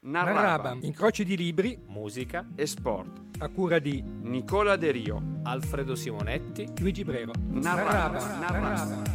Narraba, incroci di libri, musica e sport, a cura di Nicola De Rio, Alfredo Simonetti, Luigi Brero. Narraba.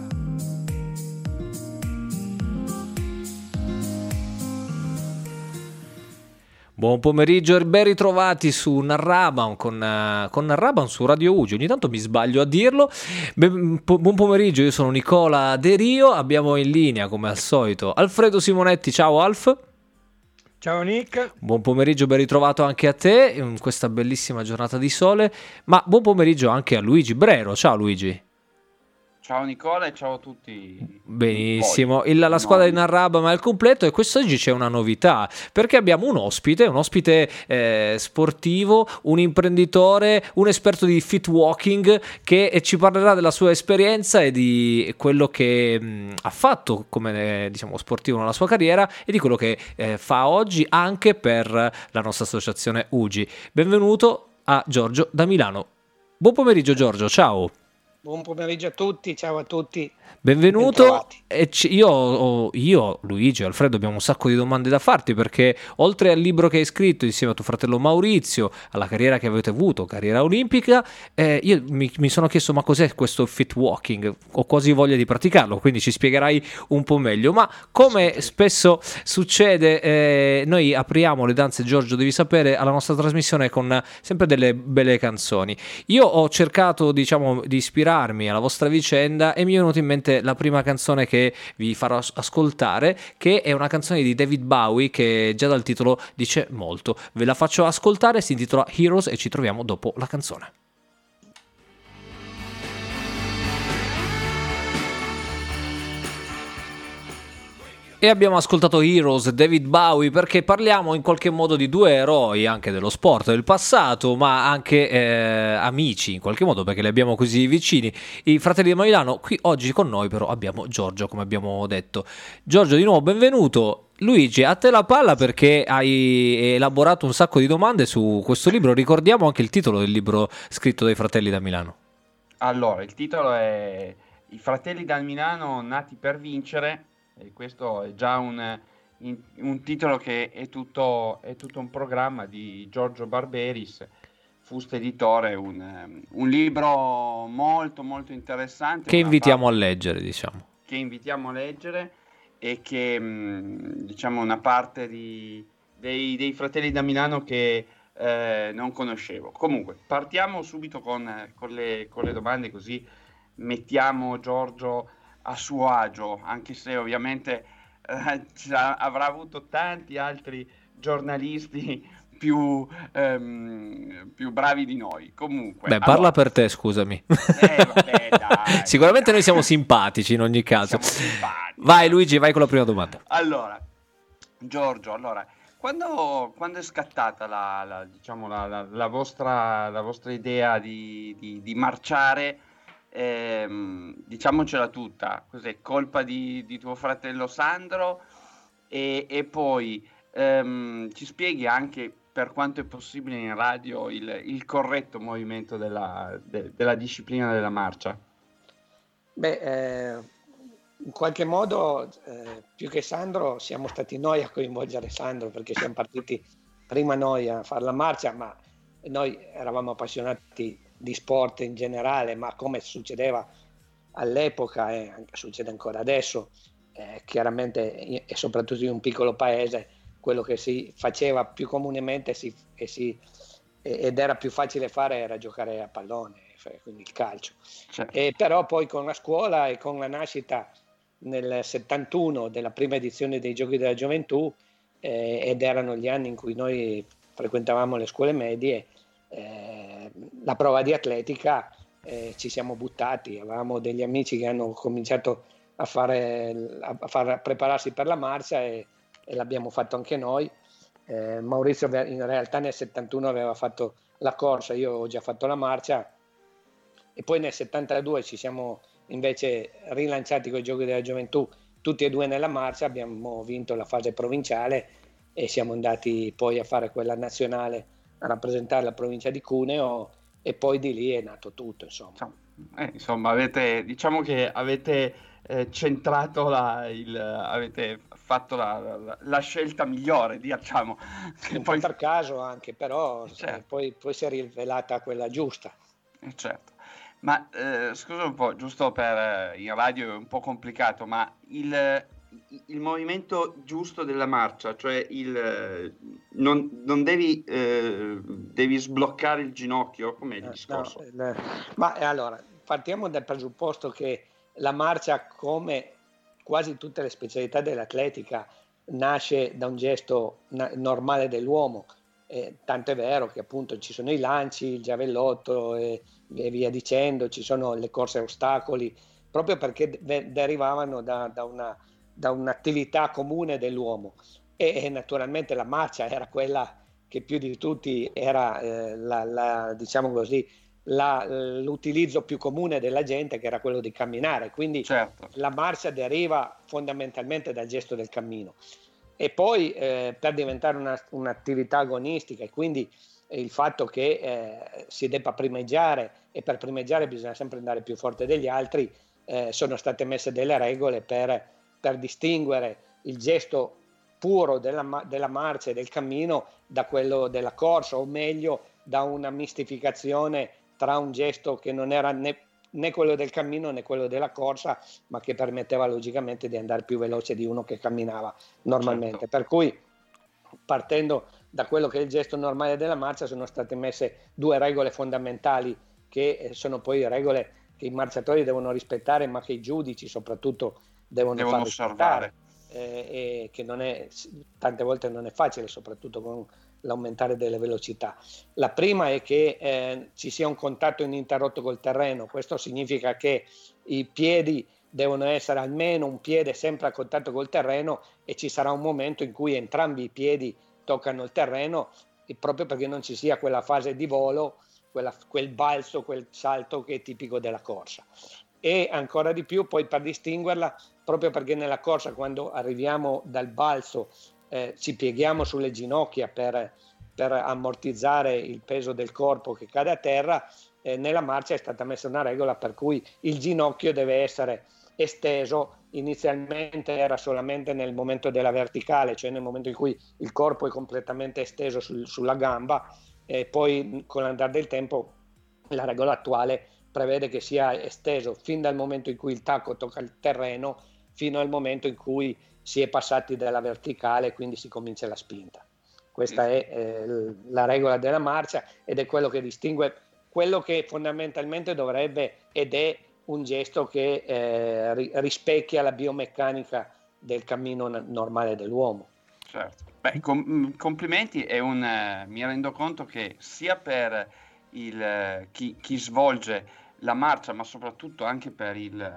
Buon pomeriggio e ben ritrovati su Narraban con Narraban su Radio Ugi. Ogni tanto mi sbaglio a dirlo. Buon pomeriggio, io sono Nicola De Rio. Abbiamo in linea, come al solito, Alfredo Simonetti. Ciao Alf. Ciao Nick. Buon pomeriggio, ben ritrovato anche a te in questa bellissima giornata di sole. Ma buon pomeriggio anche a Luigi Brero. Ciao Luigi. Ciao Nicola e ciao a tutti. Benissimo, la squadra di Narraba ma è al completo e quest'oggi c'è una novità perché abbiamo un ospite sportivo, un imprenditore, un esperto di fit walking che ci parlerà della sua esperienza e di quello che ha fatto come sportivo nella sua carriera e di quello che fa oggi anche per la nostra associazione UGI. Benvenuto a Giorgio da Milano. Buon pomeriggio Giorgio, ciao. Buon pomeriggio a tutti, ciao a tutti. Benvenuto. Io, Luigi e Alfredo abbiamo un sacco di domande da farti perché oltre al libro che hai scritto insieme a tuo fratello Maurizio, alla carriera che avete avuto, carriera olimpica, io mi sono chiesto ma cos'è questo fit walking? Ho quasi voglia di praticarlo, quindi ci spiegherai un po' meglio. Ma come spesso succede, noi apriamo le danze, Giorgio, devi sapere, alla nostra trasmissione con sempre delle belle canzoni. Io ho cercato di ispirarmi alla vostra vicenda e mi è venuto in mente la prima canzone che vi farò ascoltare, che è una canzone di David Bowie che già dal titolo dice molto. Ve la faccio ascoltare, si intitola Heroes e ci troviamo dopo la canzone. E abbiamo ascoltato Heroes, David Bowie, perché parliamo in qualche modo di due eroi anche dello sport del passato, ma anche amici in qualche modo, perché li abbiamo così vicini, i fratelli di Milano. Qui oggi con noi però abbiamo Giorgio, come abbiamo detto. Giorgio, di nuovo benvenuto. Luigi, a te la palla perché hai elaborato un sacco di domande su questo libro. Ricordiamo anche il titolo del libro scritto dai fratelli da Milano. Allora, il titolo è I fratelli da Milano nati per vincere. E questo è già un titolo che è tutto un programma di Giorgio Barberis, Fusto Editore, un libro molto molto interessante. Che invitiamo a leggere, Che invitiamo a leggere e che una parte dei fratelli da Milano che non conoscevo. Comunque, partiamo subito con le domande, così mettiamo Giorgio a suo agio, anche se ovviamente avrà avuto tanti altri giornalisti più bravi di noi. Comunque, parla per te, scusami. Vabbè, dai, sicuramente noi siamo simpatici in ogni caso. Vai Luigi, vai con la prima domanda. Allora, Giorgio, quando è scattata la vostra idea di marciare? Diciamocela tutta, cos'è colpa di tuo fratello Sandro e poi ci spieghi anche, per quanto è possibile in radio, il corretto movimento della disciplina della marcia? In qualche modo più che Sandro siamo stati noi a coinvolgere Sandro, perché siamo partiti prima noi a fare la marcia, ma noi eravamo appassionati di sport in generale, ma come succedeva all'epoca e succede ancora adesso, chiaramente e soprattutto in un piccolo paese, quello che si faceva più comunemente ed era più facile fare era giocare a pallone, quindi il calcio. Certo. E però poi con la scuola e con la nascita nel 71 della prima edizione dei Giochi della Gioventù, ed erano gli anni in cui noi frequentavamo le scuole medie, la prova di atletica, ci siamo buttati. Avevamo degli amici che hanno cominciato a prepararsi per la marcia e l'abbiamo fatto anche noi. Maurizio in realtà nel 71 aveva fatto la corsa, io ho già fatto la marcia, e poi nel 72 ci siamo invece rilanciati con i Giochi della Gioventù, tutti e due nella marcia. Abbiamo vinto la fase provinciale e siamo andati poi a fare quella nazionale a rappresentare la provincia di Cuneo, e poi di lì è nato tutto, avete centrato avete fatto la scelta migliore, diciamo. Un po' per caso anche, però certo. poi si è rivelata quella giusta. Certo. Ma scusa un po', giusto per in radio è un po' complicato, ma il movimento giusto della marcia, cioè non devi sbloccare il ginocchio, com'è il discorso? Ma allora, partiamo dal presupposto che la marcia, come quasi tutte le specialità dell'atletica, nasce da un gesto normale dell'uomo. Tanto è vero che appunto ci sono i lanci, il giavellotto e via dicendo, ci sono le corse a ostacoli, proprio perché derivavano da un'attività comune dell'uomo, e naturalmente la marcia era quella che più di tutti era diciamo così, l'utilizzo più comune della gente, che era quello di camminare, quindi certo. La marcia deriva fondamentalmente dal gesto del cammino. E poi per diventare un'attività agonistica, e quindi il fatto che si debba primeggiare, e per primeggiare bisogna sempre andare più forte degli altri, sono state messe delle regole per distinguere il gesto puro della marcia e del cammino da quello della corsa, o meglio da una mistificazione tra un gesto che non era né quello del cammino né quello della corsa, ma che permetteva logicamente di andare più veloce di uno che camminava normalmente. Certo. Per cui, partendo da quello che è il gesto normale della marcia, sono state messe due regole fondamentali, che sono poi regole che i marciatori devono rispettare, ma che i giudici soprattutto devono far osservare. E che tante volte non è facile, soprattutto con l'aumentare delle velocità. La prima è che ci sia un contatto ininterrotto col terreno. Questo significa che i piedi devono essere almeno un piede sempre a contatto col terreno, e ci sarà un momento in cui entrambi i piedi toccano il terreno, proprio perché non ci sia quella fase di volo, quel balzo, quel salto che è tipico della corsa. E ancora di più poi per distinguerla, proprio perché nella corsa, quando arriviamo dal balzo, ci pieghiamo sulle ginocchia per ammortizzare il peso del corpo che cade a terra, nella marcia è stata messa una regola per cui il ginocchio deve essere esteso. Inizialmente era solamente nel momento della verticale, cioè nel momento in cui il corpo è completamente esteso sulla gamba, e poi con l'andare del tempo la regola attuale prevede che sia esteso fin dal momento in cui il tacco tocca il terreno fino al momento in cui si è passati dalla verticale, quindi si comincia la spinta. Questa è la regola della marcia, ed è quello che distingue quello che fondamentalmente dovrebbe ed è un gesto che rispecchia la biomeccanica del cammino normale dell'uomo. Certo. Beh, complimenti, mi rendo conto che sia per chi svolge la marcia, ma soprattutto anche per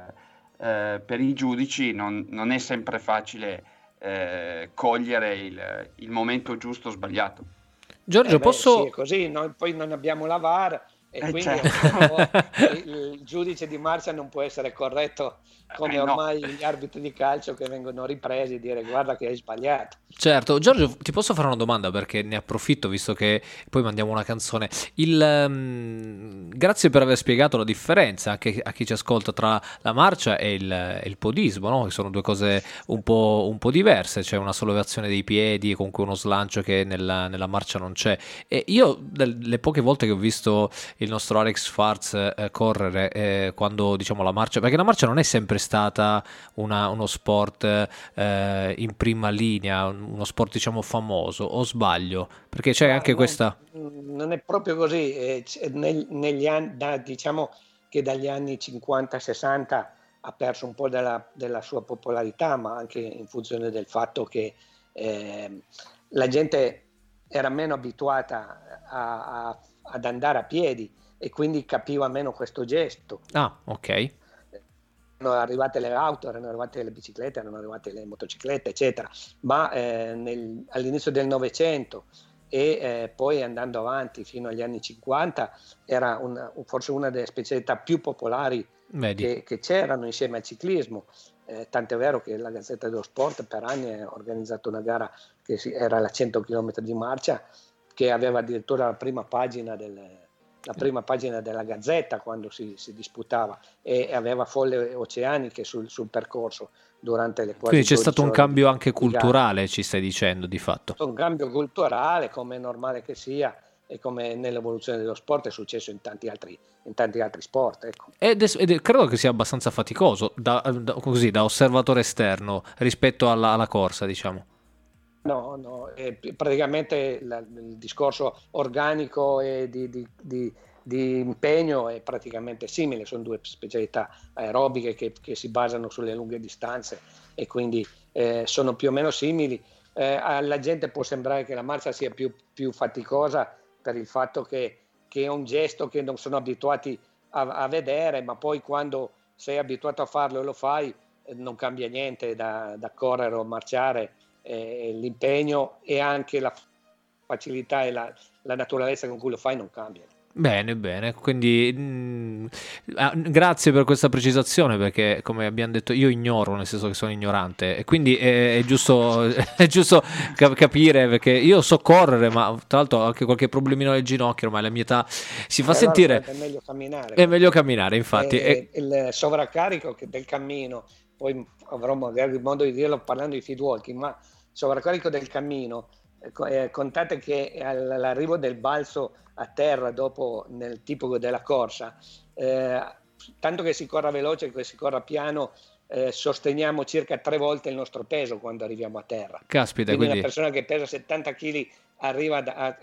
i giudici non è sempre facile cogliere il momento giusto o sbagliato. Giorgio, posso... Sì, è così, noi poi non abbiamo la VAR, e quindi certo. il giudice di marcia non può essere corretto come ormai gli arbitri di calcio, che vengono ripresi, dire guarda che hai sbagliato. Certo. Giorgio, ti posso fare una domanda, perché ne approfitto, visto che poi mandiamo una canzone. Grazie per aver spiegato la differenza anche a chi ci ascolta tra la marcia e il podismo, no? Che sono due cose un po' diverse. C'è una sollevazione dei piedi e comunque uno slancio che nella marcia non c'è. E io, le poche volte che ho visto il nostro Alex Farz correre, quando diciamo la marcia, perché la marcia non è sempre stata uno sport in prima linea, uno sport diciamo famoso, o sbaglio? Perché c'è anche questa... Non è proprio così. Negli anni, diciamo che dagli anni 50-60 ha perso un po' della sua popolarità, ma anche in funzione del fatto che la gente era meno abituata ad andare a piedi, e quindi capiva meno questo gesto. Ah, ok. Erano arrivate le auto, erano arrivate le biciclette, erano arrivate le motociclette, eccetera, ma all'inizio del Novecento e poi andando avanti fino agli anni 50 era forse una delle specialità più popolari che c'erano insieme al ciclismo. Tant'è vero che la Gazzetta dello Sport per anni ha organizzato una gara che era la 100 km di marcia, che aveva addirittura la prima pagina la prima pagina della Gazzetta quando si disputava, e aveva folle oceaniche sul percorso durante le quasi. Quindi c'è stato un 12 ore cambio anche di gara. culturale, ci stai dicendo, di fatto. Un cambio culturale, come è normale che sia, e come nell'evoluzione dello sport è successo in tanti altri sport, ecco. Ed credo che sia abbastanza faticoso da osservatore esterno rispetto alla corsa, diciamo. No, praticamente il discorso organico e di impegno è praticamente simile, sono due specialità aerobiche che si basano sulle lunghe distanze, e quindi sono più o meno simili. Alla gente può sembrare che la marcia sia più faticosa per il fatto che è un gesto che non sono abituati a vedere, ma poi quando sei abituato a farlo e lo fai, non cambia niente da correre o marciare. L'impegno e anche la facilità e la naturalezza con cui lo fai non cambiano. Bene, quindi grazie per questa precisazione, perché come abbiamo detto io ignoro, nel senso che sono ignorante, e quindi è giusto capire, perché io so correre, ma tra l'altro ho anche qualche problemino al ginocchio, ormai la mia età si fa sentire. È meglio camminare. È meglio camminare, infatti. Il sovraccarico del cammino, poi avrò magari modo di dirlo parlando di feed walking, ma sovraccarico del cammino, contate che all'arrivo del balzo a terra dopo nel tipo della corsa, tanto che si corra veloce che si corra piano, sosteniamo circa 3 volte il nostro peso quando arriviamo a terra. Caspita, quindi una persona che pesa 70 kg arriva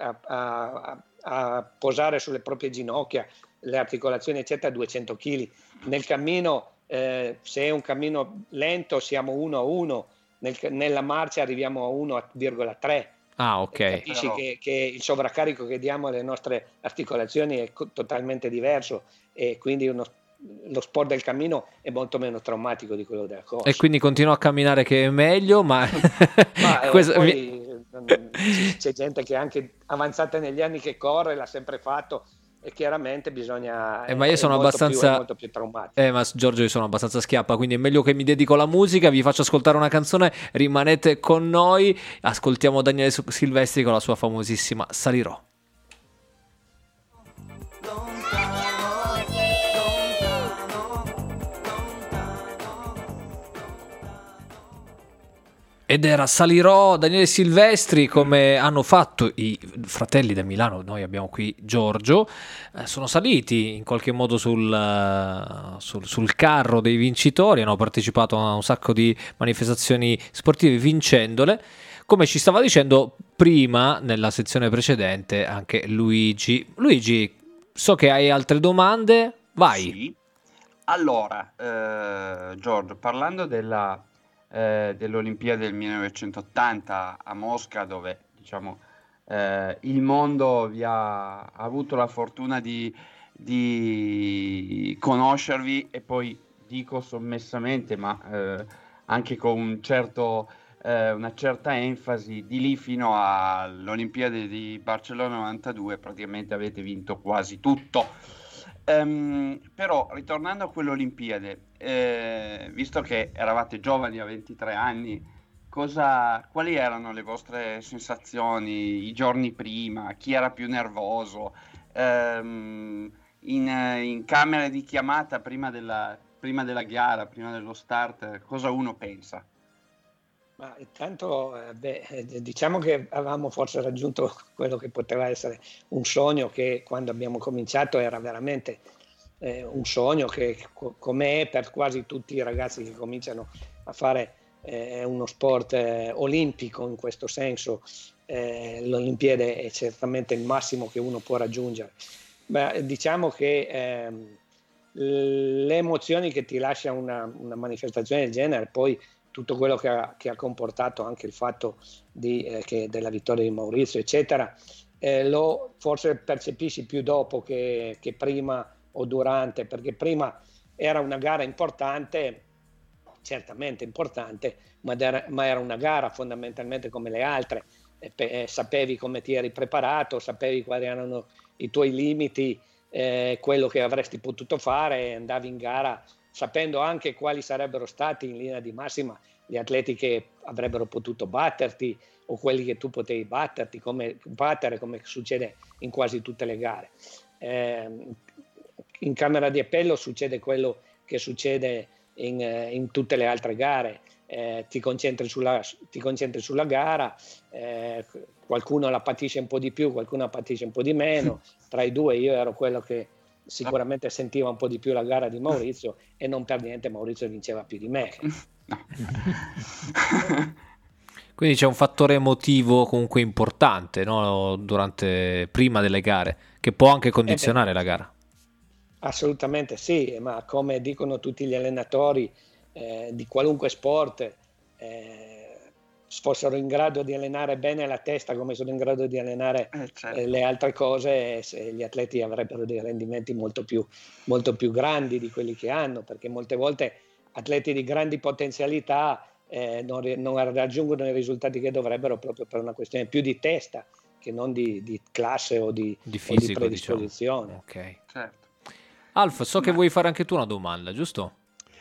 a posare sulle proprie ginocchia, le articolazioni eccetera, 200 kg. Nel cammino, se è un cammino lento siamo 1-1, nella marcia arriviamo a 1,3. Ah, ok. Capisci che il sovraccarico che diamo alle nostre articolazioni è totalmente diverso, e quindi lo sport del cammino è molto meno traumatico di quello della corsa. E quindi continuo a camminare, che è meglio, ma poi c'è gente che anche avanzata negli anni che corre, l'ha sempre fatto, e chiaramente bisogna. Ma io sono abbastanza. Molto più traumatico. Ma Giorgio, io sono abbastanza schiappa, quindi è meglio che mi dedico alla musica. Vi faccio ascoltare una canzone, rimanete con noi. Ascoltiamo Daniele Silvestri con la sua famosissima Salirò. Ed era Salirò, Daniele Silvestri, come hanno fatto i fratelli da Milano. Noi abbiamo qui Giorgio, sono saliti in qualche modo sul carro dei vincitori, hanno partecipato a un sacco di manifestazioni sportive vincendole. Come ci stava dicendo prima, nella sezione precedente, anche Luigi. Luigi, so che hai altre domande, vai. Sì. Allora, Giorgio, parlando dell'Olimpiade del 1980 a Mosca, dove diciamo il mondo vi ha avuto la fortuna di conoscervi, e poi dico sommessamente, ma anche con una certa enfasi, di lì fino all'Olimpiade di Barcellona 92 praticamente avete vinto quasi tutto. Però ritornando a quell'Olimpiade, visto che eravate giovani a 23 anni, quali erano le vostre sensazioni i giorni prima? Chi era più nervoso? In camere di chiamata prima della gara, prima dello start, cosa uno pensa? Ma intanto diciamo che avevamo forse raggiunto quello che poteva essere un sogno, che quando abbiamo cominciato era veramente un sogno, che come è per quasi tutti i ragazzi che cominciano a fare uno sport olimpico in questo senso, l'Olimpiade è certamente il massimo che uno può raggiungere. Beh, diciamo che le emozioni che ti lascia una manifestazione del genere, poi tutto quello che ha comportato anche il fatto della vittoria di Maurizio eccetera, lo forse percepisci più dopo che prima o durante, perché prima era una gara importante, certamente importante, ma era una gara fondamentalmente come le altre, sapevi come ti eri preparato, sapevi quali erano i tuoi limiti, quello che avresti potuto fare, andavi in gara sapendo anche quali sarebbero stati in linea di massima gli atleti che avrebbero potuto batterti, o quelli che tu potevi battere come succede in quasi tutte le gare. in camera di appello succede quello che succede in tutte le altre gare. Ti concentri sulla gara, qualcuno la patisce un po' di più, qualcuno la patisce un po' di meno. Tra i due io ero quello che sicuramente sentiva un po' di più la gara di Maurizio, e non per niente Maurizio vinceva più di me. Quindi c'è un fattore emotivo comunque importante, no? Prima delle gare, che può anche condizionare la gara. Assolutamente sì, ma come dicono tutti gli allenatori di qualunque sport, fossero in grado di allenare bene la testa come sono in grado di allenare certo. Le altre cose, gli atleti avrebbero dei rendimenti molto più grandi di quelli che hanno, perché molte volte atleti di grandi potenzialità non raggiungono i risultati che dovrebbero, proprio per una questione più di testa che non di classe o di fisico, o di predisposizione. Diciamo. Ok. Certo. Alf, che vuoi fare anche tu una domanda, giusto?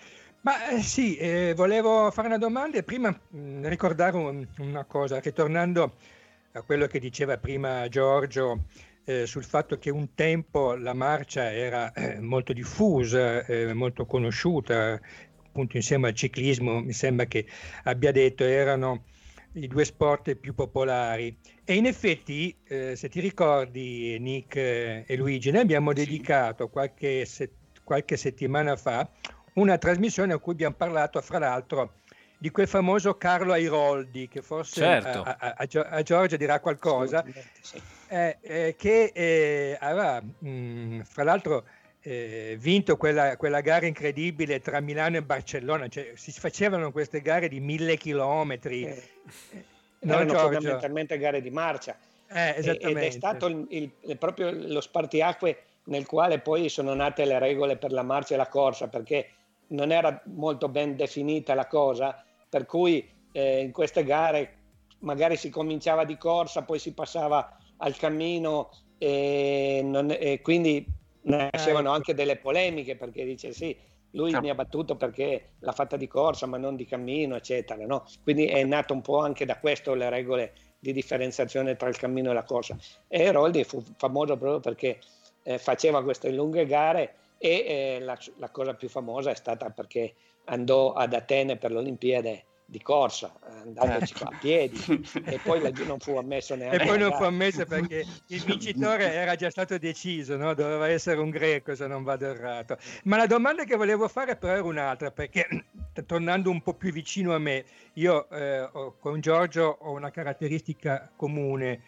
Sì, volevo fare una domanda e prima ricordare una cosa, ritornando a quello che diceva prima Giorgio sul fatto che un tempo la marcia era molto diffusa, molto conosciuta, appunto insieme al ciclismo, mi sembra che abbia detto erano i due sport più popolari. E in effetti, se ti ricordi Nick e Luigi, noi abbiamo dedicato qualche settimana fa una trasmissione a cui abbiamo parlato, fra l'altro, di quel famoso Carlo Airoldi, che forse certo. a Giorgio dirà qualcosa, sì. Che aveva, fra l'altro, vinto quella gara incredibile tra Milano e Barcellona. Cioè, si facevano queste gare di 1000 chilometri. Erano fondamentalmente gare di marcia. Esattamente. Ed è stato proprio lo spartiacque nel quale poi sono nate le regole per la marcia e la corsa, perché non era molto ben definita la cosa, per cui in queste gare magari si cominciava di corsa, poi si passava al cammino, e quindi nascevano anche delle polemiche, perché dice sì, lui mi ha battuto perché l'ha fatta di corsa ma non di cammino, eccetera, no? Quindi è nato un po' anche da questo le regole di differenziazione tra il cammino e la corsa. E Roldi fu famoso proprio perché faceva queste lunghe gare, e la cosa più famosa è stata perché andò ad Atene per le Olimpiadi di corsa, andandoci a piedi, e poi laggiù non fu ammesso neanche. E poi non fu ammesso perché il vincitore era già stato deciso, no? Doveva essere un greco, se non vado errato. Ma la domanda che volevo fare però era un'altra, perché tornando un po' più vicino a me, io con Giorgio ho una caratteristica comune.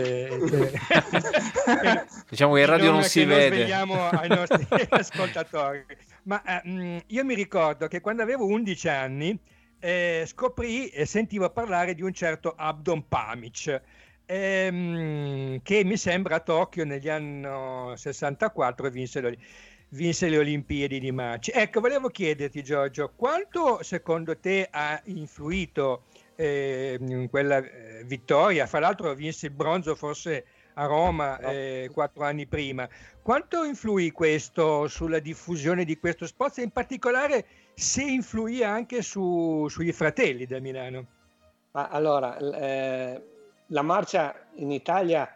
Diciamo che in radio non si vede. Svegliamo ai nostri ascoltatori. Ma io mi ricordo che quando avevo 11 anni scoprì e sentivo parlare di un certo Abdon Pamic, che mi sembra a Tokyo negli anni 64 vinse le Olimpiadi di marcia. Ecco, volevo chiederti, Giorgio, quanto secondo te ha influito in quella vittoria? Fra l'altro vinse il bronzo forse a Roma 4 anni prima. Quanto influì questo sulla diffusione di questo sport, e in particolare se influì anche sui fratelli da Milano? Allora, la marcia in Italia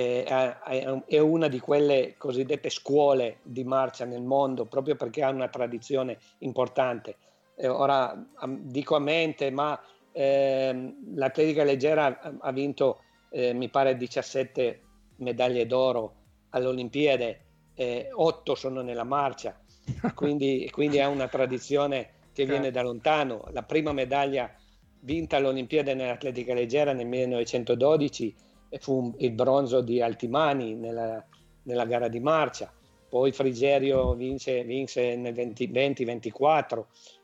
è una di quelle cosiddette scuole di marcia nel mondo, proprio perché ha una tradizione importante. Ora dico a mente, ma l'atletica leggera ha vinto mi pare 17 medaglie d'oro alle Olimpiadi, 8 sono nella marcia, quindi ha una tradizione che viene da lontano. La prima medaglia vinta alle Olimpiadi nell'atletica leggera nel 1912 fu il bronzo di Altimani nella gara di marcia, poi Frigerio vinse nel 20-24,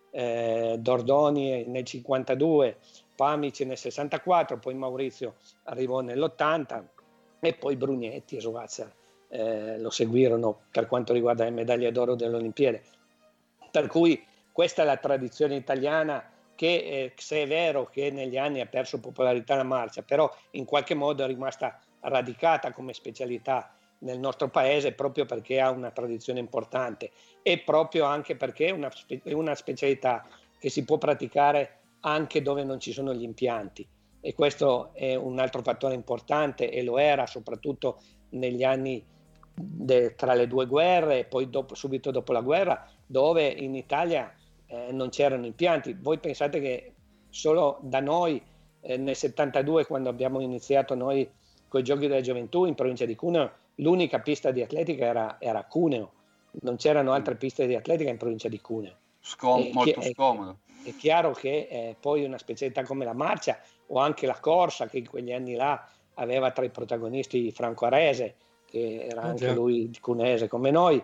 Dordoni nel 52, Pamic nel 64, poi Maurizio arrivò nell'80 e poi Brugnetti e Svazza lo seguirono per quanto riguarda le medaglie d'oro delle Olimpiadi. Per cui questa è la tradizione italiana che se è vero che negli anni ha perso popolarità la marcia, però in qualche modo è rimasta radicata come specialità nel nostro paese, proprio perché ha una tradizione importante e proprio anche perché è una specialità che si può praticare anche dove non ci sono gli impianti, e questo è un altro fattore importante, e lo era soprattutto negli anni tra le due guerre, e poi subito dopo la guerra, dove in Italia non c'erano impianti. Voi pensate che solo da noi nel 72, quando abbiamo iniziato noi con i Giochi della Gioventù in provincia di Cuneo, l'unica pista di atletica era Cuneo, non c'erano altre piste di atletica in provincia di Cuneo. Molto scomodo. È chiaro che poi una specialità come la marcia o anche la corsa, che in quegli anni là aveva tra i protagonisti Franco Arese, che era anche lui cuneese come noi,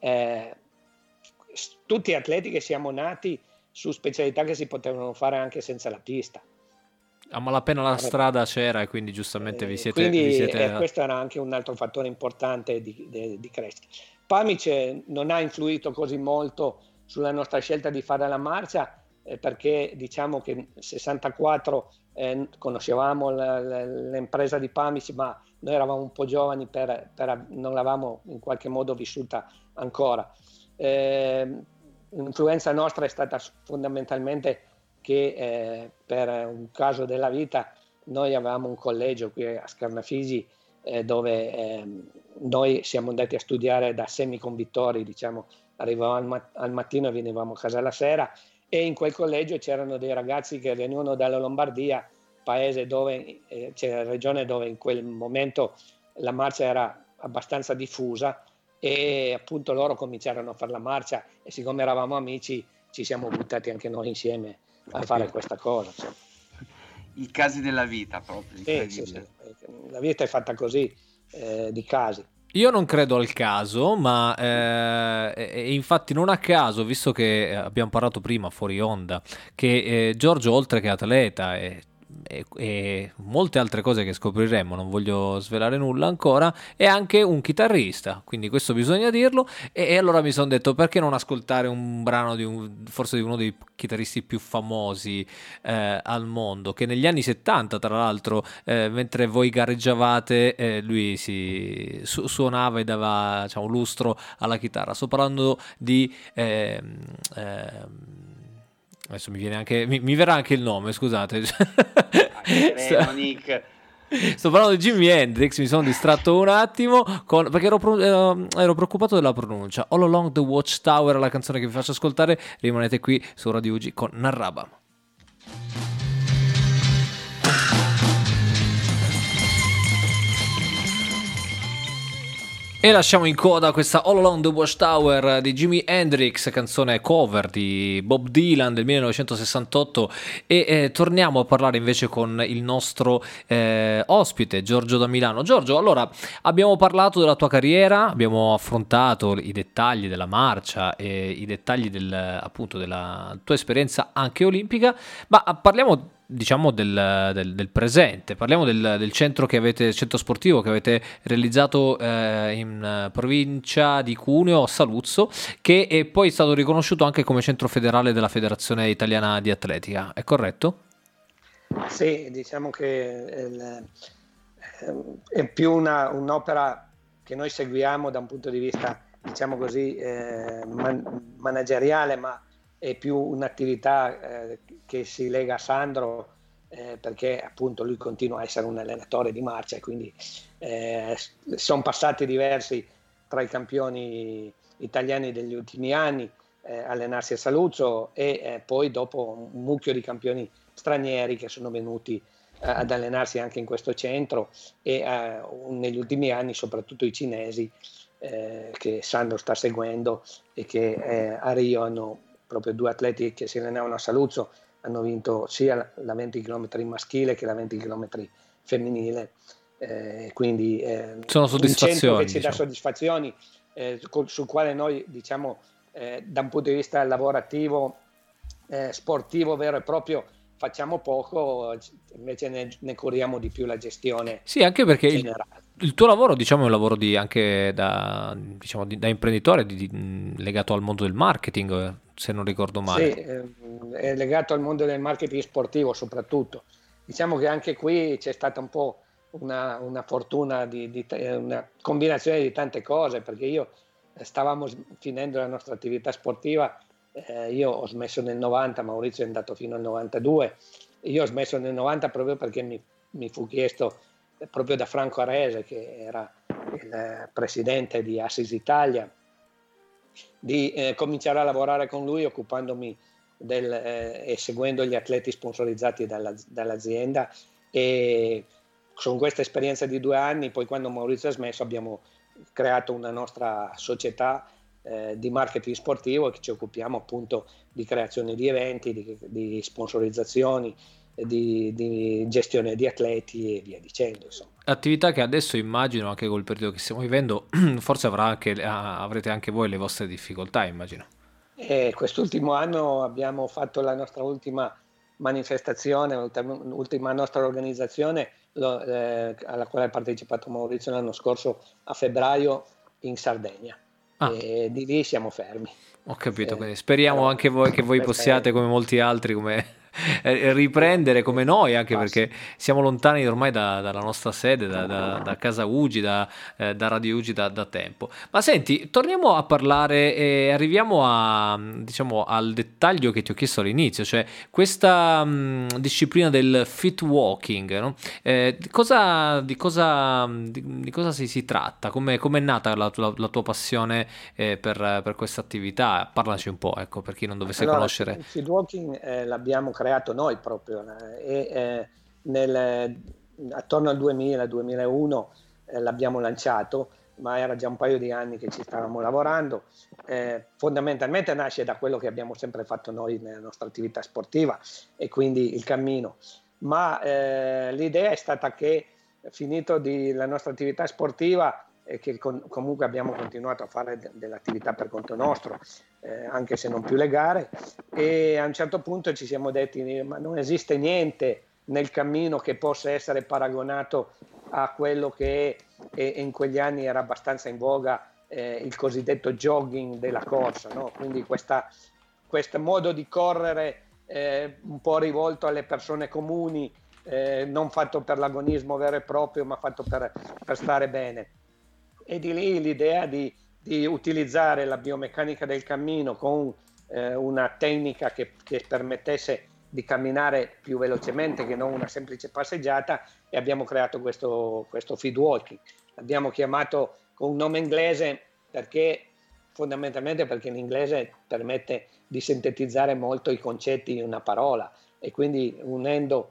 tutti atleti che siamo nati su specialità che si potevano fare anche senza la pista. A malapena la strada c'era, e quindi giustamente vi siete... questo era anche un altro fattore importante di crescita. Pamic non ha influito così molto sulla nostra scelta di fare la marcia, perché diciamo che nel 64 conoscevamo l'impresa di Pamic, ma noi eravamo un po' giovani, non l'avevamo in qualche modo vissuta ancora. L'influenza nostra è stata fondamentalmente che per un caso della vita noi avevamo un collegio qui a Scarnafisi, dove noi siamo andati a studiare da semiconvittori, diciamo, arrivavamo al mattino e venivamo a casa la sera, e in quel collegio c'erano dei ragazzi che venivano dalla Lombardia, paese dove c'era la regione dove in quel momento la marcia era abbastanza diffusa, e appunto loro cominciarono a fare la marcia, e siccome eravamo amici ci siamo buttati anche noi insieme a fare questa cosa. I casi della vita proprio. Sì. La vita è fatta così, di casi. Io non credo al caso, ma infatti non a caso, visto che abbiamo parlato prima fuori onda, che Giorgio, oltre che atleta e molte altre cose che scopriremo, non voglio svelare nulla ancora, è anche un chitarrista, quindi questo bisogna dirlo, e allora mi sono detto, perché non ascoltare un brano forse di uno dei chitarristi più famosi al mondo, che negli anni 70 tra l'altro, mentre voi gareggiavate, lui si suonava e dava, diciamo, lustro alla chitarra. Sto parlando di adesso mi verrà anche il nome, scusate. Sto parlando di Jimi Hendrix, mi sono distratto un attimo perché ero preoccupato della pronuncia. All Along the Watchtower, la canzone che vi faccio ascoltare. Rimanete qui su Radio UG con Narrabam. E lasciamo in coda questa All Along the Watchtower di Jimi Hendrix, canzone cover di Bob Dylan del 1968, e torniamo a parlare invece con il nostro ospite Giorgio da Milano. Giorgio, allora, abbiamo parlato della tua carriera, abbiamo affrontato i dettagli della marcia e i dettagli appunto della tua esperienza anche olimpica, ma parliamo, diciamo, del presente. Parliamo del centro centro sportivo che avete realizzato in provincia di Cuneo, a Saluzzo, che è poi stato riconosciuto anche come centro federale della Federazione Italiana di Atletica, è corretto? Sì, diciamo che è più un'opera che noi seguiamo da un punto di vista, diciamo così, manageriale, ma è più un'attività che si lega a Sandro, perché appunto lui continua a essere un allenatore di marcia, e quindi sono passati diversi tra i campioni italiani degli ultimi anni allenarsi a Saluzzo, e poi dopo un mucchio di campioni stranieri che sono venuti ad allenarsi anche in questo centro, e negli ultimi anni soprattutto i cinesi che Sandro sta seguendo, e che a Rio hanno proprio due atleti che si allenavano a Saluzzo, hanno vinto sia la 20 km maschile che la 20 km femminile, quindi sono soddisfazioni, un centro che ci diciamo, dà soddisfazioni, sul quale noi, diciamo, da un punto di vista lavorativo, sportivo vero e proprio, facciamo poco, invece ne curiamo di più la gestione. Sì, anche perché generale. Il tuo lavoro, diciamo, è un lavoro anche da imprenditore, legato al mondo del marketing, se non ricordo male. Sì, è legato al mondo del marketing sportivo soprattutto. Diciamo che anche qui c'è stata un po' una fortuna, una combinazione di tante cose, perché stavamo finendo la nostra attività sportiva, io ho smesso nel 90, Maurizio è andato fino al 92, io ho smesso nel 90 proprio perché mi fu chiesto proprio da Franco Arese, che era il presidente di Assisi Italia, di cominciare a lavorare con lui occupandomi e seguendo gli atleti sponsorizzati dall'azienda, e con questa esperienza di 2 anni, poi quando Maurizio ha smesso abbiamo creato una nostra società di marketing sportivo, che ci occupiamo appunto di creazione di eventi, di sponsorizzazioni, di gestione di atleti e via dicendo, insomma. Attività che adesso immagino, anche col periodo che stiamo vivendo, forse avrete anche voi le vostre difficoltà, immagino. Quest'ultimo anno abbiamo fatto la nostra ultima manifestazione, l'ultima nostra organizzazione alla quale ha partecipato Maurizio l'anno scorso a febbraio in Sardegna. E di lì siamo fermi. Ho capito, quindi speriamo anche voi che voi possiate, come molti altri, riprendere come noi, anche perché siamo lontani ormai dalla nostra sede, da casa Ugi, da Radio Ugi da tempo. Ma senti, torniamo a parlare e arriviamo al dettaglio che ti ho chiesto all'inizio, cioè questa disciplina del fit walking, no? Di cosa si tratta? Come è nata la tua passione per questa attività? Parlaci un po', ecco, per chi non dovesse conoscere. Il fit walking l'abbiamo creato noi proprio, attorno al 2000-2001 l'abbiamo lanciato, ma era già un paio di anni che ci stavamo lavorando. Fondamentalmente nasce da quello che abbiamo sempre fatto noi nella nostra attività sportiva, e quindi il cammino, ma l'idea è stata che, finito la nostra attività sportiva, e che comunque abbiamo continuato a fare dell'attività per conto nostro, anche se non più le gare, e a un certo punto ci siamo detti: ma non esiste niente nel cammino che possa essere paragonato a quello che in quegli anni era abbastanza in voga, il cosiddetto jogging della corsa, no? Quindi questo modo di correre un po' rivolto alle persone comuni, non fatto per l'agonismo vero e proprio, ma fatto per stare bene. E di lì l'idea di utilizzare la biomeccanica del cammino con una tecnica che permettesse di camminare più velocemente che non una semplice passeggiata, e abbiamo creato questo feed walking. L'abbiamo chiamato con un nome inglese fondamentalmente perché l'inglese permette di sintetizzare molto i concetti in una parola, e quindi unendo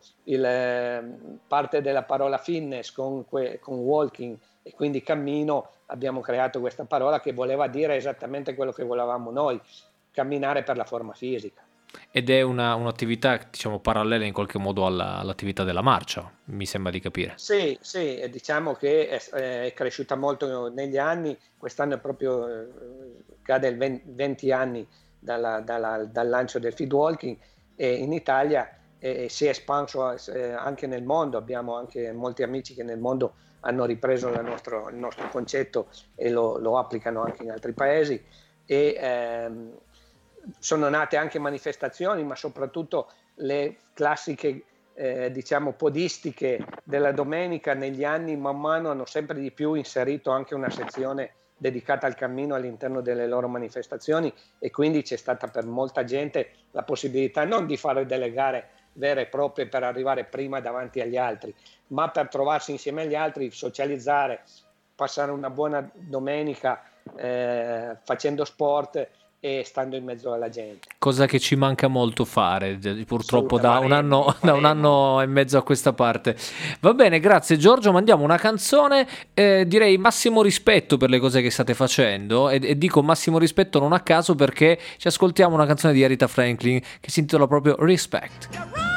parte della parola fitness con walking e quindi cammino, abbiamo creato questa parola che voleva dire esattamente quello che volevamo noi: camminare per la forma fisica. Ed è un'attività, diciamo, parallela in qualche modo all'attività della marcia, mi sembra di capire. Sì, diciamo che è cresciuta molto negli anni. Quest'anno è proprio cade il 20 anni dal lancio del feed walking, e in Italia si è espanso anche nel mondo. Abbiamo anche molti amici che nel mondo hanno ripreso il nostro concetto e lo applicano anche in altri paesi, e sono nate anche manifestazioni, ma soprattutto le classiche diciamo podistiche della domenica negli anni man mano hanno sempre di più inserito anche una sezione dedicata al cammino all'interno delle loro manifestazioni, e quindi c'è stata per molta gente la possibilità non di fare delle gare vere e proprie per arrivare prima davanti agli altri, ma per trovarsi insieme agli altri, socializzare, passare una buona domenica facendo sport e stando in mezzo alla gente. Cosa che ci manca molto fare, purtroppo da un anno e mezzo a questa parte. Va bene, grazie Giorgio, mandiamo una canzone, direi massimo rispetto per le cose che state facendo, e dico massimo rispetto non a caso, perché ci ascoltiamo una canzone di Aretha Franklin che si intitola proprio Respect.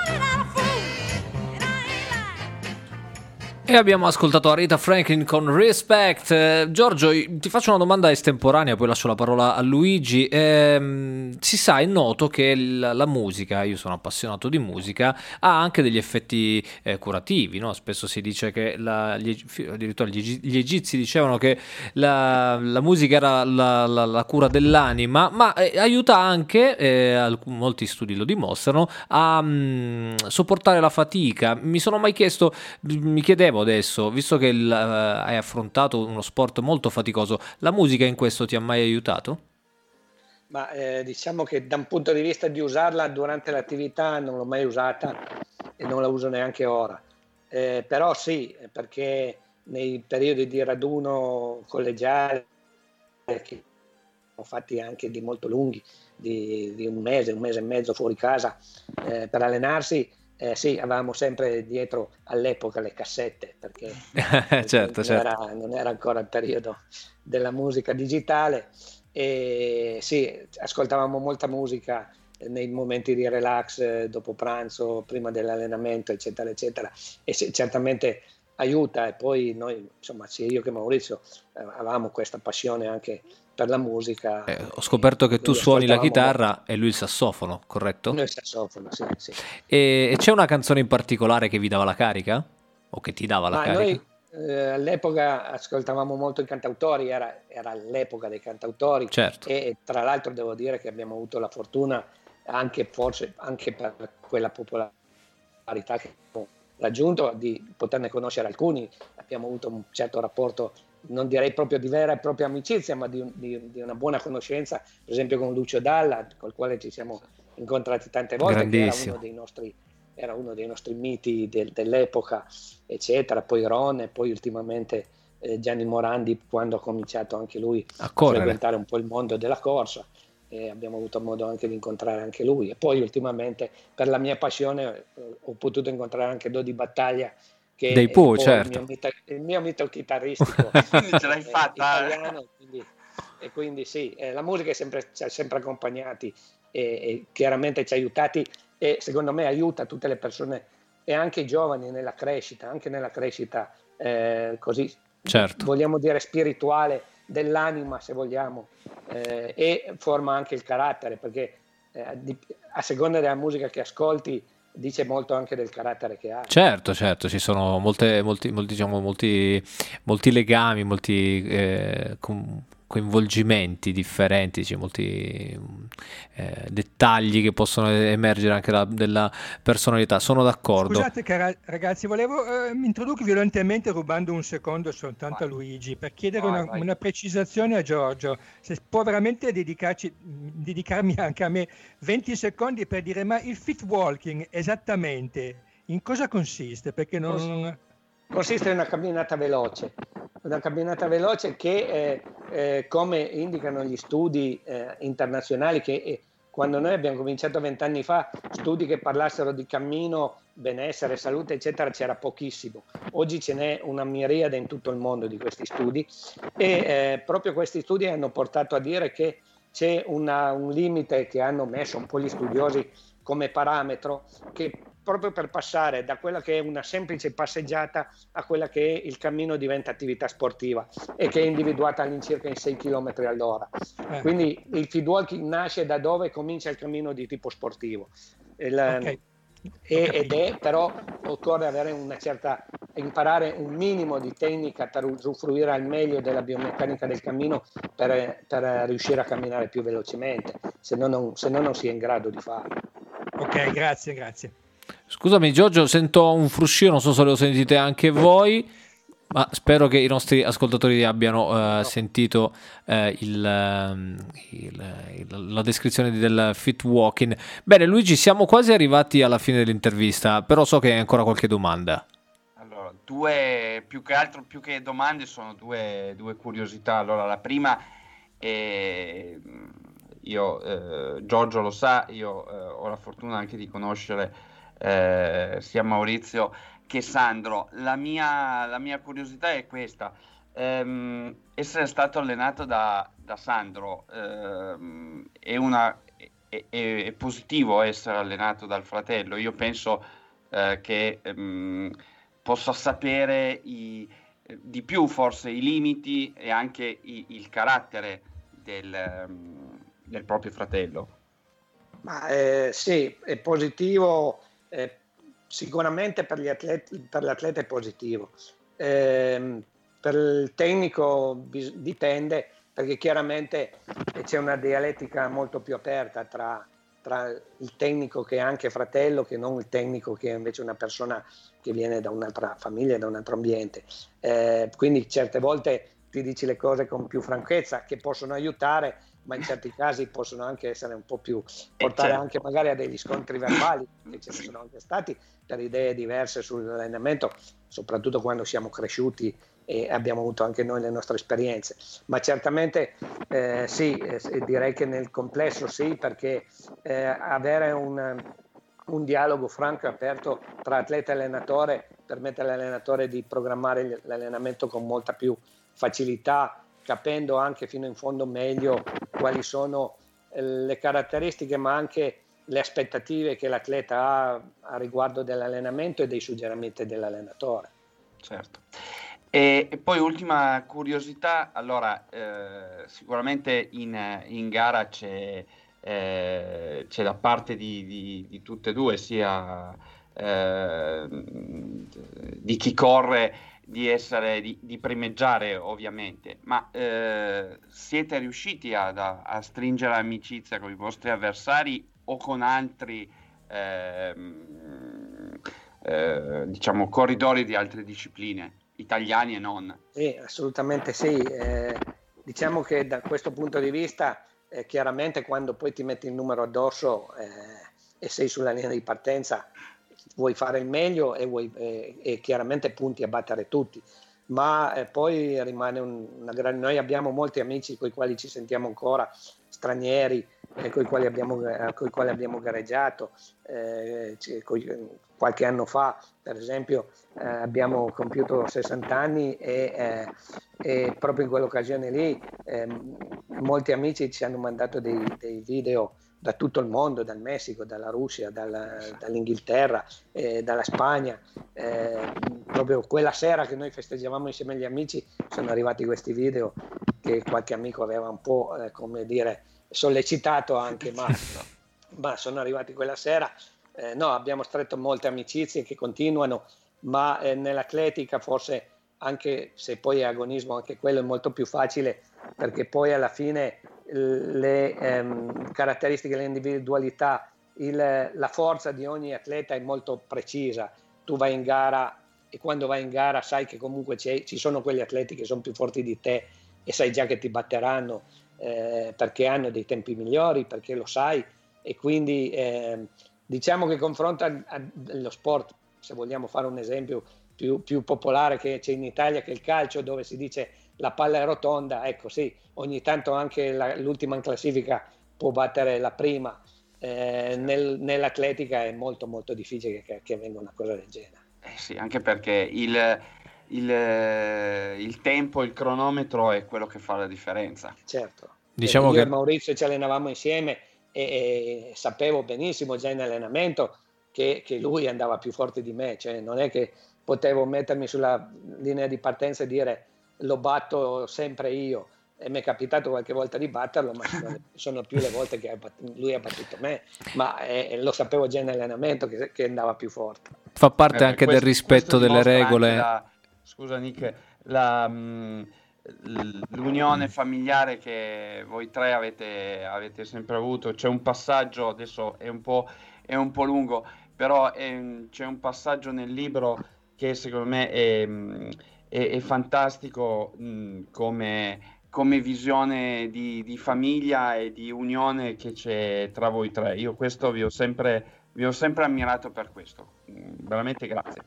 E abbiamo ascoltato Aretha Franklin con Respect. Giorgio, ti faccio una domanda estemporanea, poi lascio la parola a Luigi. Si sa, è noto che la musica, io sono appassionato di musica, ha anche degli effetti curativi, no? Spesso si dice che addirittura gli egizi dicevano che la musica era la cura dell'anima, ma aiuta anche, molti studi lo dimostrano, a sopportare la fatica. Mi chiedevo adesso, visto che hai affrontato uno sport molto faticoso, la musica in questo ti ha mai aiutato? Ma diciamo che da un punto di vista di usarla durante l'attività non l'ho mai usata e non la uso neanche ora, però sì, perché nei periodi di raduno collegiale, che sono fatti anche di molto lunghi, di un mese e mezzo fuori casa per allenarsi, sì, avevamo sempre dietro all'epoca le cassette, perché certo. Non era ancora il periodo della musica digitale, e sì, ascoltavamo molta musica nei momenti di relax, dopo pranzo, prima dell'allenamento, eccetera, eccetera, e certamente aiuta. E poi noi, insomma, sia io che Maurizio avevamo questa passione anche per la musica. Ho scoperto che tu suoni la chitarra molto. e lui il sassofono, corretto? Noi il sassofono, sì, sì. E c'è una canzone in particolare che vi dava la carica? O che ti dava la carica? Noi all'epoca ascoltavamo molto i cantautori, era l'epoca dei cantautori, certo. E tra l'altro devo dire che abbiamo avuto la fortuna, forse anche per quella popolarità che abbiamo raggiunto, di poterne conoscere alcuni. Abbiamo avuto un certo rapporto, non direi proprio di vera e propria amicizia, ma di una buona conoscenza, per esempio con Lucio Dalla, col quale ci siamo incontrati tante volte, che era uno dei nostri miti dell'epoca, eccetera. Poi Ron, e poi ultimamente Gianni Morandi, quando ha cominciato anche lui a frequentare un po' il mondo della corsa, e abbiamo avuto modo anche di incontrare anche lui. E poi ultimamente, per la mia passione, ho potuto incontrare anche Dodi Battaglia, che è certo. il mio mito chitarristico ce l'hai fatta, italiano, quindi sì, la musica ci ha sempre accompagnati, e chiaramente ci ha aiutati, e secondo me aiuta tutte le persone e anche i giovani nella crescita, così, certo, vogliamo dire spirituale, dell'anima, se vogliamo, e forma anche il carattere, perché a seconda della musica che ascolti dice molto anche del carattere che ha. Certo, ci sono molti legami, molti coinvolgimimenti differenti, cioè molti dettagli che possono emergere anche della personalità. Sono d'accordo. Scusate ragazzi, volevo mi introduco violentemente, rubando un secondo soltanto a Luigi, per chiedere una precisazione a Giorgio, se può veramente dedicarmi anche a me 20 secondi per dire: ma il fit walking esattamente in cosa consiste? Perché non... Consiste in una camminata veloce che, come indicano gli studi internazionali, che quando noi abbiamo cominciato 20 anni fa, studi che parlassero di cammino, benessere, salute, eccetera, c'era pochissimo. Oggi ce n'è una miriade in tutto il mondo di questi studi, e proprio questi studi hanno portato a dire che c'è un limite che hanno messo un po' gli studiosi come parametro, che proprio per passare da quella che è una semplice passeggiata a quella che è il cammino diventa attività sportiva, e che è individuata all'incirca in 6 km all'ora. Quindi il feed walking nasce da dove comincia il cammino di tipo sportivo. Però occorre avere imparare un minimo di tecnica per usufruire al meglio della biomeccanica del cammino, per riuscire a camminare più velocemente, se no non si è in grado di farlo. Ok, grazie. Scusami Giorgio, sento un fruscio, non so se lo sentite anche voi, ma spero che i nostri ascoltatori abbiano sentito la descrizione del fit walking. Bene Luigi, siamo quasi arrivati alla fine dell'intervista, però so che hai ancora qualche domanda. Allora, più che domande, sono due curiosità. Allora, la prima è... Giorgio lo sa, io ho la fortuna anche di conoscere sia Maurizio che Sandro. La mia curiosità è questa: essere stato allenato da Sandro, è positivo essere allenato dal fratello. Io penso che possa sapere di più forse i limiti e anche il carattere del proprio fratello. Ma sì, è positivo, sicuramente per l'atleta è positivo. Per il tecnico dipende, perché chiaramente c'è una dialettica molto più aperta tra il tecnico che è anche fratello, che non il tecnico che è invece una persona che viene da un'altra famiglia, da un altro ambiente. Quindi certe volte ti dici le cose con più franchezza, che possono aiutare, ma in certi casi possono anche essere un po' più, portare anche magari a degli scontri verbali, che ce ne sono anche stati, per idee diverse sull'allenamento, soprattutto quando siamo cresciuti e abbiamo avuto anche noi le nostre esperienze. Ma certamente sì, direi che nel complesso sì, perché avere un dialogo franco e aperto tra atleta e allenatore permette all'allenatore di programmare l'allenamento con molta più facilità, capendo anche fino in fondo meglio quali sono le caratteristiche ma anche le aspettative che l'atleta ha a riguardo dell'allenamento e dei suggerimenti dell'allenatore. Certo. E poi ultima curiosità, allora sicuramente in gara c'è da parte di tutte e due, sia di chi corre, di primeggiare ovviamente, ma siete riusciti a stringere amicizia con i vostri avversari o con altri diciamo corridori di altre discipline, italiani e non? Sì, assolutamente sì. Diciamo che da questo punto di vista chiaramente quando poi ti metti il numero addosso e sei sulla linea di partenza vuoi fare il meglio e chiaramente punti a battere tutti, ma poi rimane noi abbiamo molti amici con i quali ci sentiamo ancora, stranieri con i quali abbiamo gareggiato. Qualche anno fa per esempio abbiamo compiuto 60 anni e proprio in quell'occasione lì molti amici ci hanno mandato dei video da tutto il mondo, dal Messico, dalla Russia, dall'Inghilterra, dalla Spagna. Proprio quella sera che noi festeggiavamo insieme agli amici sono arrivati questi video che qualche amico aveva un po' come dire sollecitato anche, ma sono arrivati quella sera. No, abbiamo stretto molte amicizie che continuano, ma nell'atletica forse, anche se poi è agonismo, anche quello è molto più facile, perché poi alla fine le caratteristiche, l'individualità, la forza di ogni atleta è molto precisa. Tu vai in gara e quando vai in gara sai che comunque ci sono quegli atleti che sono più forti di te e sai già che ti batteranno perché hanno dei tempi migliori, perché lo sai, e quindi diciamo che confronto allo sport, se vogliamo fare un esempio più popolare che c'è in Italia, che è il calcio, dove si dice la palla è rotonda, ecco sì, ogni tanto anche l'ultima in classifica può battere la prima. Nell'atletica è molto molto difficile che venga una cosa del genere. Sì, anche perché il tempo, il cronometro è quello che fa la differenza. Certo, diciamo io e Maurizio ci allenavamo insieme e sapevo benissimo già in allenamento che lui andava più forte di me, cioè non è che potevo mettermi sulla linea di partenza e dire lo batto sempre io, e mi è capitato qualche volta di batterlo, ma sono più le volte che lui ha battuto me, ma lo sapevo già in allenamento che andava più forte. Fa parte anche del rispetto delle regole. Scusa Nick, l'unione familiare che voi tre avete sempre avuto. C'è un passaggio, adesso è un po' lungo, però c'è un passaggio nel libro che secondo me è fantastico come visione di famiglia e di unione che c'è tra voi tre. Io questo vi ho sempre ammirato per questo, veramente grazie.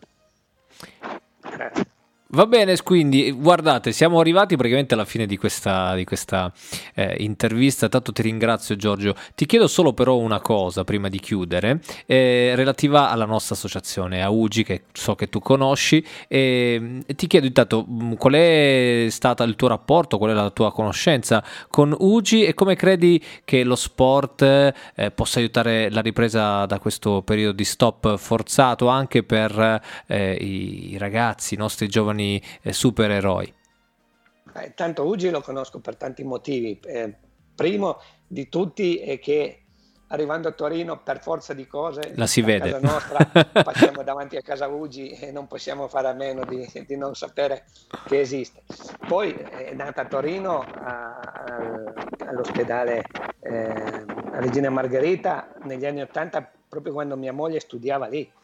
Va bene, quindi guardate, siamo arrivati praticamente alla fine di questa intervista. Tanto ti ringrazio Giorgio, ti chiedo solo però una cosa prima di chiudere, relativa alla nostra associazione, a UGI, che so che tu conosci, e ti chiedo intanto qual è stato il tuo rapporto, qual è la tua conoscenza con UGI e come credi che lo sport possa aiutare la ripresa da questo periodo di stop forzato anche per i ragazzi, i nostri giovani supereroi. Tanto UGI lo conosco per tanti motivi. Primo di tutti è che arrivando a Torino per forza di cose la si vede. Casa nostra passiamo davanti a casa UGI e non possiamo fare a meno di non sapere che esiste. Poi è nata a Torino all'ospedale Regina Margherita negli anni '80, proprio quando mia moglie studiava lì.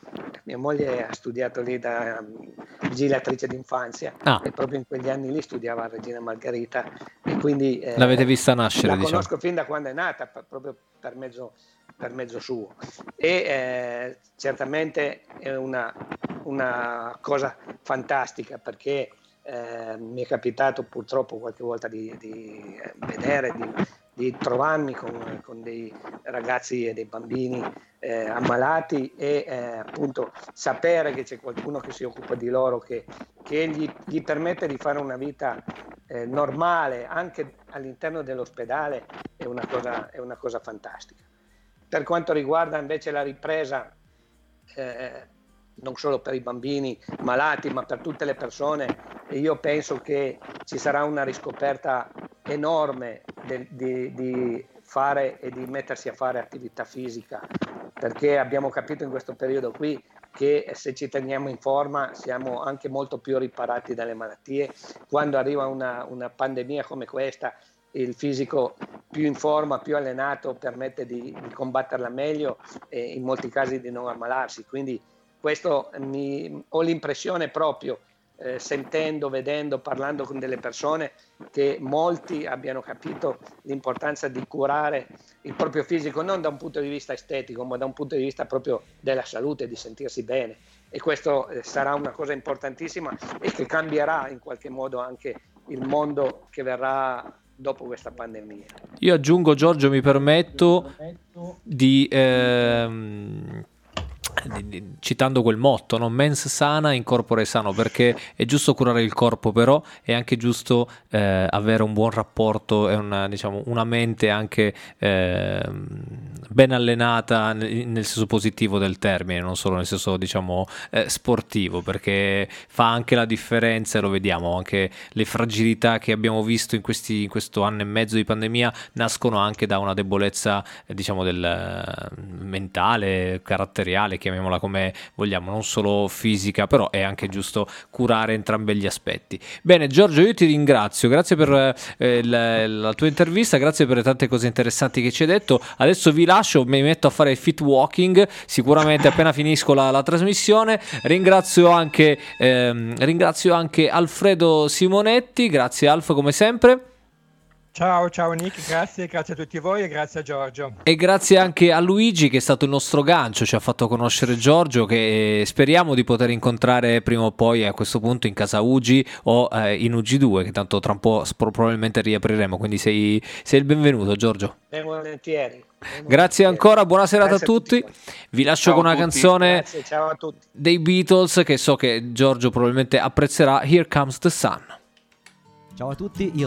mia moglie ha studiato lì da vigilatrice d'infanzia e proprio in quegli anni lì studiava a Regina Margherita e quindi l'avete vista nascere, la conosco fin da quando è nata, proprio per mezzo suo, e certamente è una cosa fantastica, perché mi è capitato purtroppo qualche volta di vedere, di trovarmi con dei ragazzi e dei bambini ammalati e appunto sapere che c'è qualcuno che si occupa di loro, che gli permette di fare una vita normale anche all'interno dell'ospedale, è una cosa fantastica. Per quanto riguarda invece la ripresa, non solo per i bambini malati, ma per tutte le persone, io penso che ci sarà una riscoperta enorme di fare e di mettersi a fare attività fisica, perché abbiamo capito in questo periodo qui che se ci teniamo in forma siamo anche molto più riparati dalle malattie. Quando arriva una pandemia come questa, il fisico più in forma, più allenato, permette di combatterla meglio e in molti casi di non ammalarsi. Quindi questo ho l'impressione proprio, sentendo, vedendo, parlando con delle persone, che molti abbiano capito l'importanza di curare il proprio fisico, non da un punto di vista estetico, ma da un punto di vista proprio della salute, di sentirsi bene. E questo sarà una cosa importantissima e che cambierà in qualche modo anche il mondo che verrà dopo questa pandemia. Io aggiungo, Giorgio, mi permetto citando quel motto, no? Mens sana in corpore sano, perché è giusto curare il corpo, però è anche giusto avere un buon rapporto e una mente anche ben allenata nel senso positivo del termine, non solo nel senso sportivo, perché fa anche la differenza, e lo vediamo anche le fragilità che abbiamo visto in questo anno e mezzo di pandemia nascono anche da una debolezza del mentale, caratteriale, chiamiamola come vogliamo, non solo fisica, però è anche giusto curare entrambi gli aspetti. Bene Giorgio, io ti ringrazio, grazie per la tua intervista, grazie per le tante cose interessanti che ci hai detto. Adesso vi lascio, mi metto a fare il fit walking sicuramente appena finisco la trasmissione. Ringrazio anche Alfredo Simonetti, grazie Alf come sempre. Ciao Nick, grazie a tutti voi e grazie a Giorgio. E grazie anche a Luigi che è stato il nostro gancio, ci ha fatto conoscere Giorgio, che speriamo di poter incontrare prima o poi a questo punto in casa Ugi o in UG2, che tanto tra un po' probabilmente riapriremo, quindi sei il benvenuto Giorgio. Volentieri. Grazie ancora, buona serata a tutti. Vi lascio con una canzone ciao a tutti. Dei Beatles che so che Giorgio probabilmente apprezzerà, Here Comes the Sun. Ciao a tutti, io